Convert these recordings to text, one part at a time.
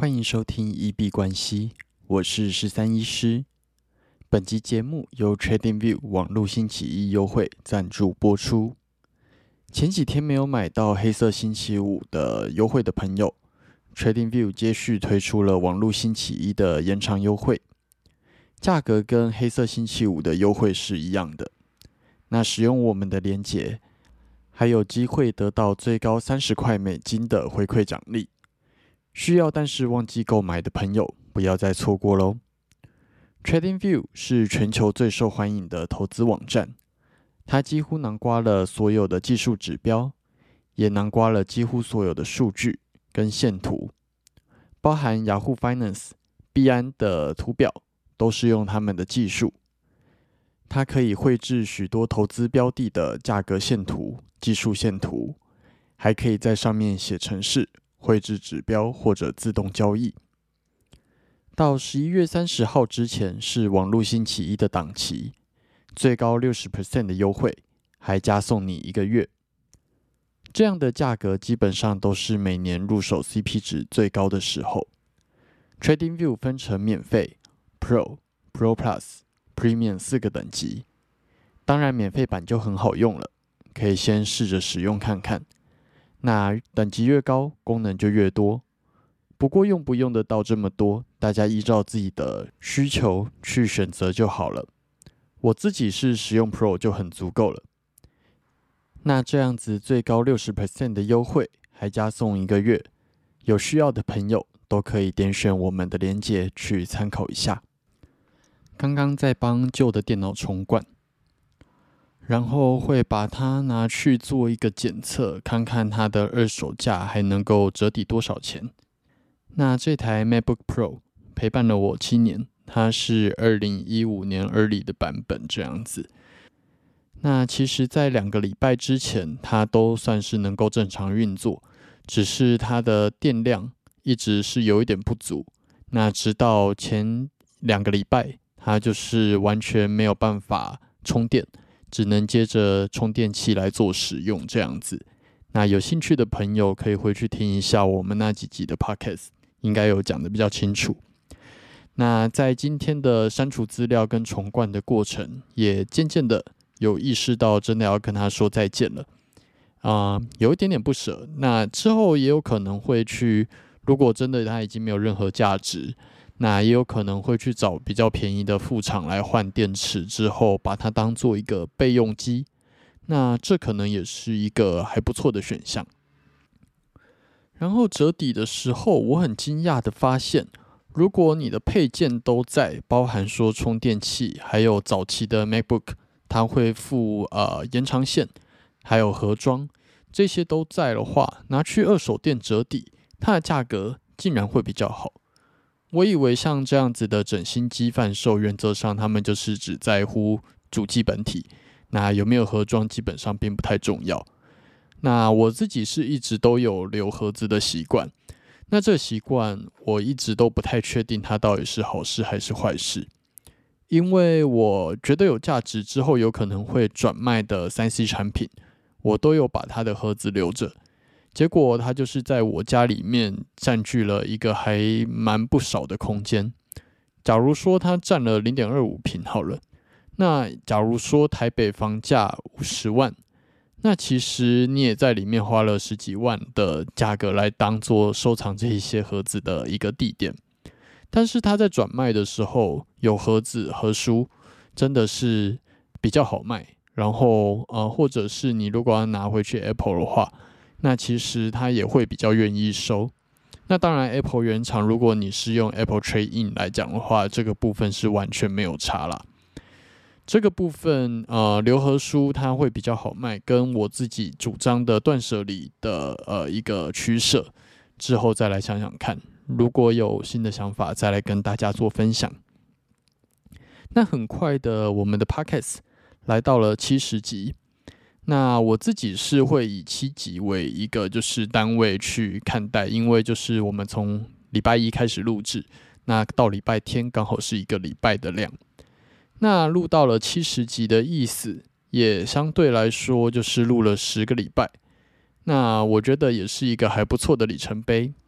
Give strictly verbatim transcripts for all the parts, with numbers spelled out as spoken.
欢迎收听一币关系，我是十三医师。本集节目由 TradingView 网络星期一优惠赞助播出。前几天没有买到黑色星期五的优惠的朋友， TradingView 接续推出了网络星期一的延长优惠，价格跟黑色星期五的优惠是一样的。那使用我们的连结，还有机会得到最高三十块美金的回馈奖励。需要但是忘记购买的朋友，不要再错过咯。TradingView 是全球最受欢迎的投资网站，它几乎囊括了所有的技术指标，也囊括了几乎所有的数据跟线图，包含 Yahoo Finance、币安的图表都是用他们的技术。它可以绘制许多投资标的的价格线图、技术线图，还可以在上面写程式绘制指标或者自动交易。到十一月三十号之前是网络星期一的档期，最高 百分之六十 的优惠，还加送你一个月。这样的价格基本上都是每年入手 C P 值最高的时候。TradingView 分成免费、Pro、Pro Plus、Premium 四个等级，当然免费版就很好用了，可以先试着使用看看。那等级越高，功能就越多。不过用不用得到这么多，大家依照自己的需求去选择就好了。我自己是使用 Pro 就很足够了。那这样子最高 百分之六十 的优惠，还加送一个月，有需要的朋友都可以点选我们的连结去参考一下。刚刚在帮旧的电脑重灌，然后会把它拿去做一个检测，看看它的二手价还能够折抵多少钱。那这台 MacBook Pro 陪伴了我七年，它是二零一五年 Early 的版本这样子。那其实在两个礼拜之前，它都算是能够正常运作，只是它的电量一直是有一点不足。那直到前两个礼拜，它就是完全没有办法充电，只能接着充电器来做使用这样子。那有兴趣的朋友可以回去听一下我们那几集的 Podcast， 应该有讲得比较清楚。那在今天的删除资料跟重灌的过程，也渐渐的有意识到真的要跟他说再见了。啊、呃，有一点点不舍。那之后也有可能会去，如果真的它已经没有任何价值，那也有可能会去找比较便宜的副厂来换电池，之后把它当做一个备用机。那这可能也是一个还不错的选项。然后折抵的时候，我很惊讶的发现，如果你的配件都在，包含说充电器，还有早期的 MacBook， 它会附呃延长线，还有盒装，这些都在的话，拿去二手店折抵，它的价格竟然会比较好。我以为像这样子的整新机贩售，原则上他们就是只在乎主机本体，那有没有盒装基本上并不太重要。那我自己是一直都有留盒子的习惯，那这习惯我一直都不太确定它到底是好事还是坏事，因为我觉得有价值之后有可能会转卖的 三 C 产品，我都有把它的盒子留着。结果它就是在我家里面占据了一个还蛮不少的空间。假如说它占了 零点二五平好了，那假如说台北房价五十万，那其实你也在里面花了十几万的价格来当做收藏这一些盒子的一个地点。但是它在转卖的时候，有盒子盒书真的是比较好卖。然后呃，或者是你如果要拿回去 Apple 的话，那其实他也会比较愿意收。那当然 Apple 原厂如果你是用 Apple Trade-in 来讲的话，这个部分是完全没有差啦。这个部分呃，留盒书它会比较好卖，跟我自己主张的断舍离的呃一个取舍，之后再来想想看，如果有新的想法再来跟大家做分享。那很快的，我们的 Podcast 来到了七十集。那我自己是会以七集为一个就是单位去看待，因为就是我们从礼拜一开始录制，那到礼拜天刚好是一个礼拜的量。那录到了七十集的意思，也相对来说就是录了十个礼拜。那我觉得也是一个还不错的里程碑。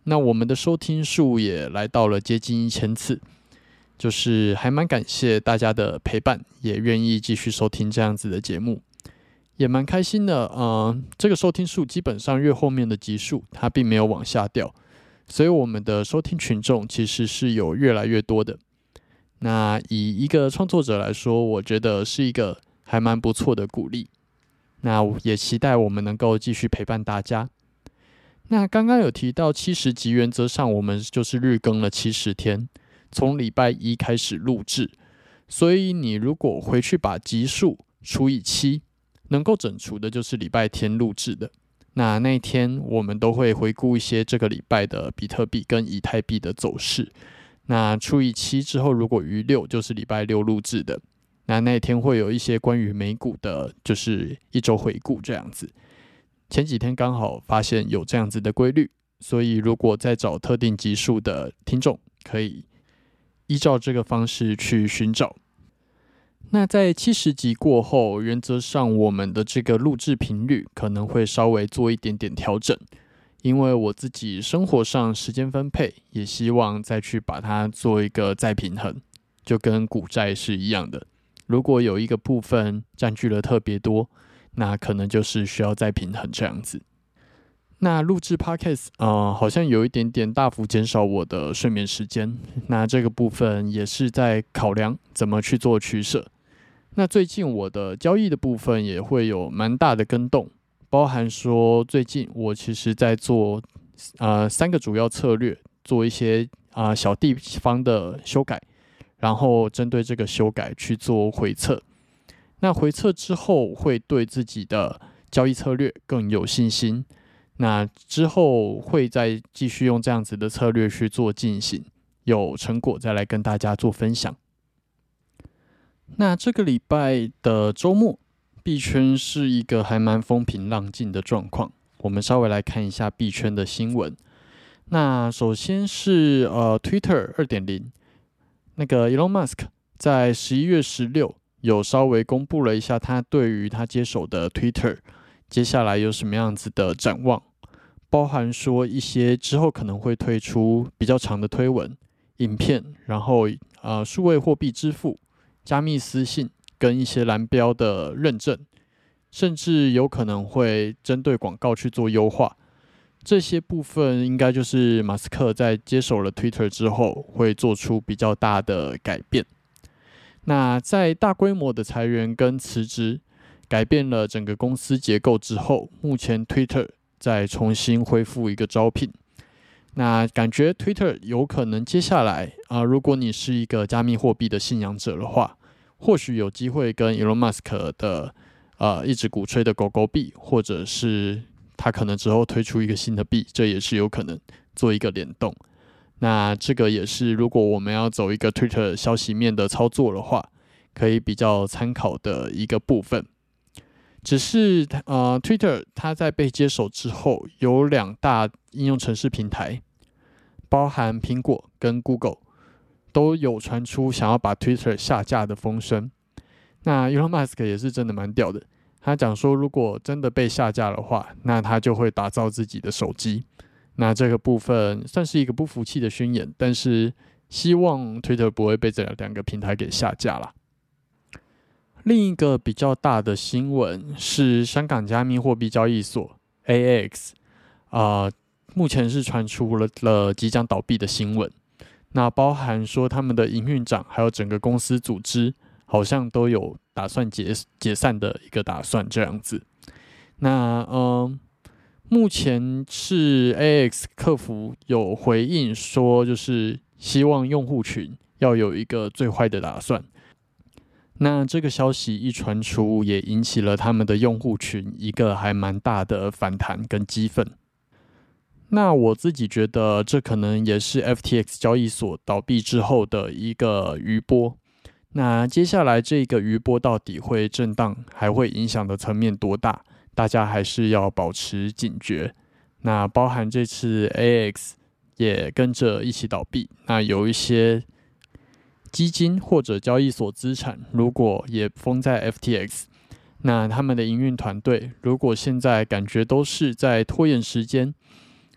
那我们的收听数也来到了接近一千次，就是还蛮感谢大家的陪伴，也愿意继续收听这样子的节目，也蛮开心的。呃，这个收听数基本上越后面的集数，它并没有往下掉，所以我们的收听群众其实是有越来越多的。那以一个创作者来说，我觉得是一个还蛮不错的鼓励。那也期待我们能够继续陪伴大家。那刚刚有提到七十集，原则上我们就是日更了七十天，从礼拜一开始录制，所以你如果回去把集数除以七，能够整除的就是礼拜天录制的。那那一天我们都会回顾一些这个礼拜的比特币跟以太币的走势。那除以七之后，如果余六就是礼拜六录制的。那那一天会有一些关于美股的，就是一周回顾这样子。前几天刚好发现有这样子的规律，所以如果在找特定集数的听众，可以依照这个方式去寻找。那在七十集过后，原则上我们的这个录制频率可能会稍微做一点点调整，因为我自己生活上时间分配，也希望再去把它做一个再平衡，就跟股债是一样的。如果有一个部分占据了特别多，那可能就是需要再平衡这样子。那录制 Podcast 呃，好像有一点点大幅减少我的睡眠时间，那这个部分也是在考量怎么去做取舍。那最近我的交易的部分也会有蛮大的更动，包含说最近我其实在做呃三个主要策略，做一些啊、呃、小地方的修改，然后针对这个修改去做回测。那回测之后会对自己的交易策略更有信心，那之后会再继续用这样子的策略去做进行，有成果再来跟大家做分享。那这个礼拜的周末，币圈是一个还蛮风平浪静的状况。我们稍微来看一下币圈的新闻。那首先是呃 Twitter 二点零， 那个 Elon Musk 在十一月十六有稍微公布了一下他对于他接手的 Twitter 接下来有什么样子的展望，包含说一些之后可能会推出比较长的推文、影片，然后呃数位货币支付、加密私信跟一些蓝标的认证，甚至有可能会针对广告去做优化。这些部分应该就是马斯克在接手了 Twitter 之后会做出比较大的改变。那在大规模的裁员跟辞职，改变了整个公司结构之后，目前 Twitter 再重新恢复一个招聘。那感觉 Twitter 有可能接下来啊、呃，如果你是一个加密货币的信仰者的话，或许有机会跟 Elon Musk 的呃一直鼓吹的狗狗币，或者是他可能之后推出一个新的币，这也是有可能做一个联动。那这个也是如果我们要走一个 Twitter 消息面的操作的话，可以比较参考的一个部分。只是呃 Twitter 它在被接手之后，有两大应用程式平台，包含苹果跟 Google 都有传出想要把 Twitter 下架的风声。那 Elon Musk 也是真的蛮屌的，他讲说如果真的被下架的话，那他就会打造自己的手机。那这个部分算是一个不服气的宣言，但是希望 Twitter 不会被这两个平台给下架啦。另一个比较大的新闻是香港加密货币交易所 A A X， 呃，目前是传出 了, 了即将倒闭的新闻。那包含说他们的营运长还有整个公司组织好像都有打算 解, 解散的一个打算这样子。那呃，目前是 A A X 客服有回应说，就是希望用户群要有一个最坏的打算。那这个消息一传出，也引起了他们的用户群一个还蛮大的反弹跟激愤。那我自己觉得，这可能也是 F T X 交易所倒闭之后的一个余波。那接下来这个余波到底会震荡，还会影响的层面多大？大家还是要保持警觉。那包含这次 A A X 也跟着一起倒闭，那有一些基金或者交易所资产如果也封在 F T X， 那他们的营运团队如果现在感觉都是在拖延时间，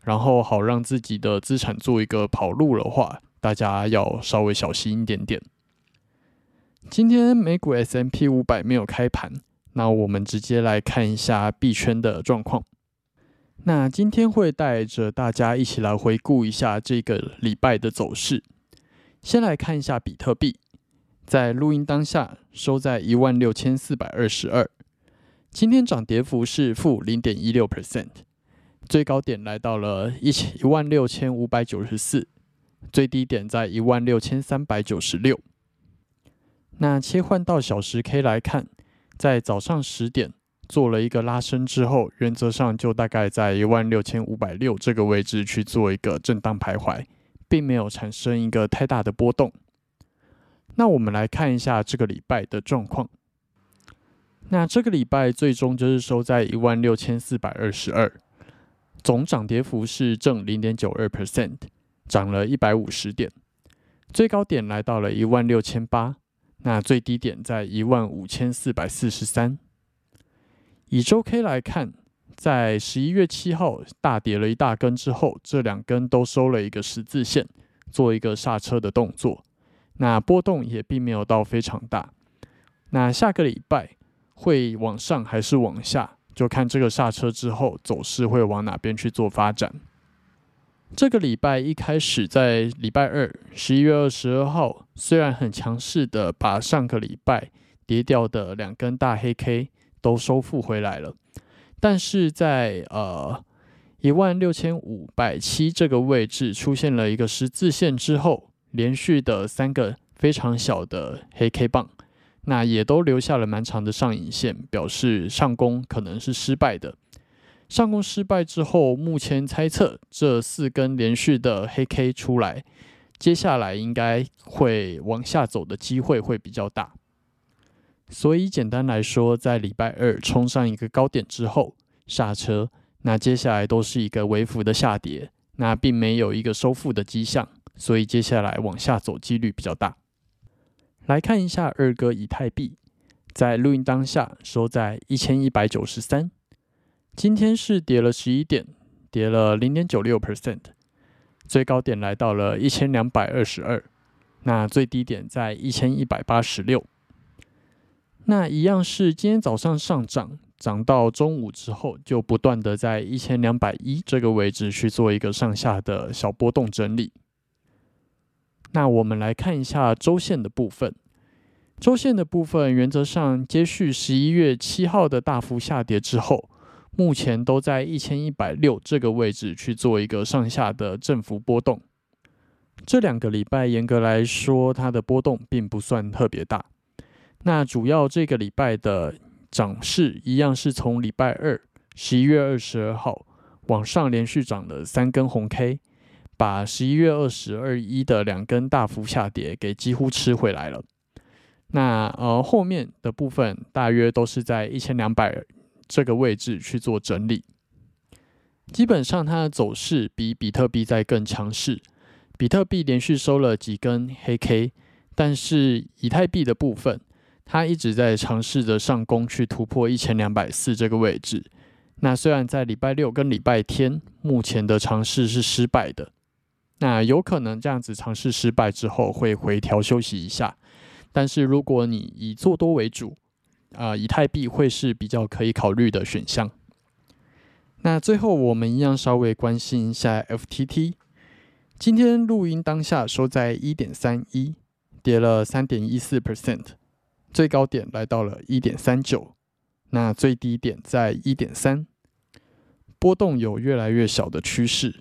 然后好让自己的资产做一个跑路的话，大家要稍微小心一点点。今天美股 S and P 五百 没有开盘，那我们直接来看一下币圈的状况。那今天会带着大家一起来回顾一下这个礼拜的走势。先来看一下比特币，在录音当下收在 一万六千四百二十二， 今天涨跌幅是负 零点一六 百分点， 最高点来到了 一万六千五百九十四， 最低点在 一万六千三百九十六。 那切换到小时 K 来看，在早上十点做了一个拉升之后，原则上就大概在 一万六千五百六 这个位置去做一个震荡徘徊，并没有产生一个太大的波动。那我们来看一下这个礼拜的状况。那这个礼拜最终就是收在 一万六千四百二十二， 总涨跌幅是正 零点九二 百分点， 涨了一百五十点，最高点来到了 一万六千八百， 那最低点在 一万五千四百四十三。 以周 K 来看，在十一月七号大跌了一大根之后，这两根都收了一个十字线，做一个刹车的动作。那波动也并没有到非常大。那下个礼拜会往上还是往下，就看这个刹车之后走势会往哪边去做发展。这个礼拜一开始，在礼拜二十一月二十二号，虽然很强势的把上个礼拜跌掉的两根大黑 K 都收复回来了，但是在呃一万六千五百七这个位置出现了一个十字线之后，连续的三个非常小的黑 K 棒，那也都留下了蛮长的上影线，表示上攻可能是失败的。上攻失败之后，目前猜测这四根连续的黑 K 出来，接下来应该会往下走的机会会比较大。所以简单来说，在礼拜二冲上一个高点之后刹车，那接下来都是一个微幅的下跌，那并没有一个收复的迹象，所以接下来往下走几率比较大。来看一下二哥以太币，在录音当下收在一千一百九十三，今天是跌了十一点，跌了 零点九六 百分点， 最高点来到了一千两百二十二， 那最低点在一千一百八十六。那一样是今天早上上涨，涨到中午之后就不断的在一千两百一这个位置去做一个上下的小波动整理。那我们来看一下周线的部分。周线的部分原则上接续十一月七号的大幅下跌之后，目前都在一千一百六这个位置去做一个上下的振幅波动。这两个礼拜严格来说，它的波动并不算特别大。那主要这个礼拜的涨势一样是从礼拜二十一月二十二号往上连续涨了三根红 K， 把十一月二十二一的两根大幅下跌给几乎吃回来了。那呃后面的部分大约都是在一千两百这个位置去做整理。基本上它的走势比比特币再更强势，比特币连续收了几根黑 K， 但是以太币的部分它一直在尝试着上攻去突破一千两百四十这个位置。那虽然在礼拜六跟礼拜天目前的尝试是失败的，那有可能这样子尝试失败之后会回调休息一下，但是如果你以做多为主，呃，以太币会是比较可以考虑的选项。那最后我们一样稍微关心一下 F T T， 今天录音当下收在 一点三一， 跌了 三点一四 百分点， 最高点来到了 一点三九， 那最低点在 一点三， 波动有越来越小的趋势。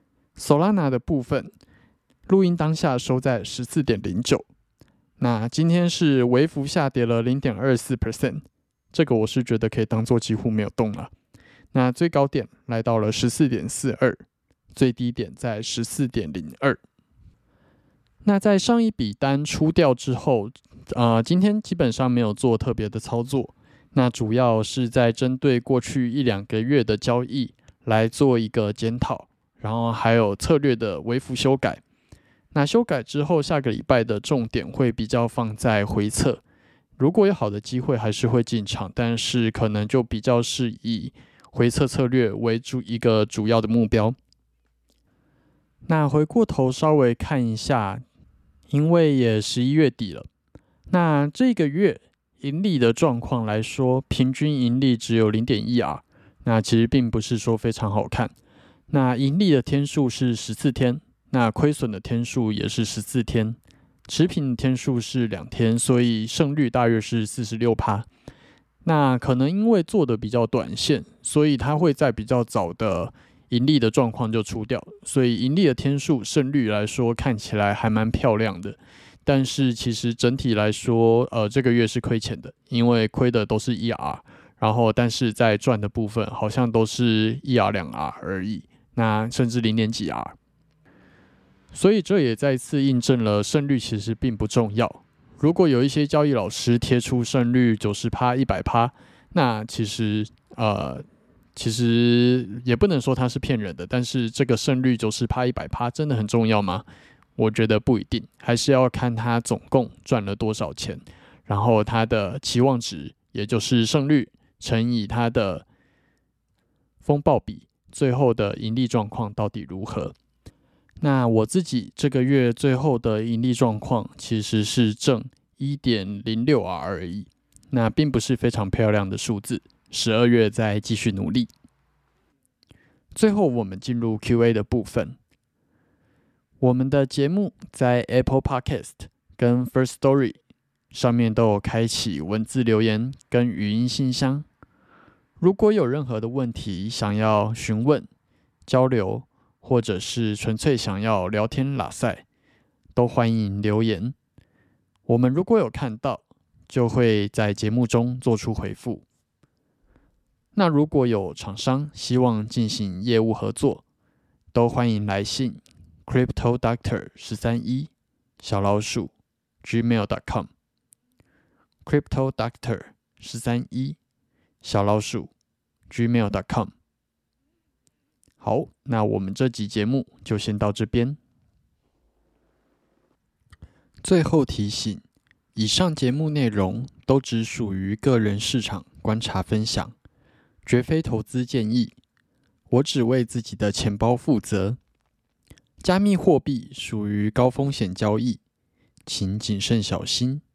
Solana 的部分录音当下收在 十四点零九， 那今天是微幅下跌了 零点二四 百分点， 这个我是觉得可以当做几乎没有动了。那最高点来到了 十四点四二， 最低点在 十四点零二。那在上一笔单出掉之后，呃，今天基本上没有做特别的操作，那主要是在针对过去一两个月的交易来做一个检讨，然后还有策略的微幅修改。那修改之后，下个礼拜的重点会比较放在回测，如果有好的机会还是会进场，但是可能就比较是以回测策略为主一个主要的目标。 那回过头稍微看一下，因为也十一月底了，那这个月盈利的状况来说，平均盈利只有 零点一 R， 那其实并不是说非常好看。那盈利的天数是十四天，那亏损的天数也是十四天，持平的天数是两天，所以胜率大约是 百分之四十六。那可能因为做的比较短线，所以它会在比较早的盈利的状况就出掉，所以盈利的天数胜率来说看起来还蛮漂亮的。但是其实整体来说，呃，这个月是亏钱的，因为亏的都是 一 R， 然后但是在赚的部分好像都是一 R 两 R 而已，那甚至零点几 R。所以这也再次印证了胜率其实并不重要。如果有一些交易老师贴出胜率 百分之九十、一百趴，那其实呃，其实也不能说它是骗人的，但是这个胜率 百分之九十、一百趴真的很重要吗？我觉得不一定，还是要看他总共赚了多少钱，然后他的期望值，也就是胜率乘以他的风暴比，最后的盈利状况到底如何。那我自己这个月最后的盈利状况其实是正 一点零六 R 而已，那并不是非常漂亮的数字，十二月再继续努力。最后我们进入 Q A 的部分。我们的节目在 Apple Podcast 跟 First Story 上面都有开启文字留言跟语音信箱，如果有任何的问题想要询问、交流，或者是纯粹想要聊天拉赛，都欢迎留言。我们如果有看到，就会在节目中做出回复。那如果有厂商希望进行业务合作，都欢迎来信 crypto doctor 一三一 小老鼠 gmail dot com crypto doctor 一三一 小老鼠 gmail dot com。好，那我们这集节目就先到这边。最后提醒，以上节目内容都只属于个人市场观察分享，绝非投资建议。我只为自己的钱包负责。加密货币属于高风险交易，请谨慎小心。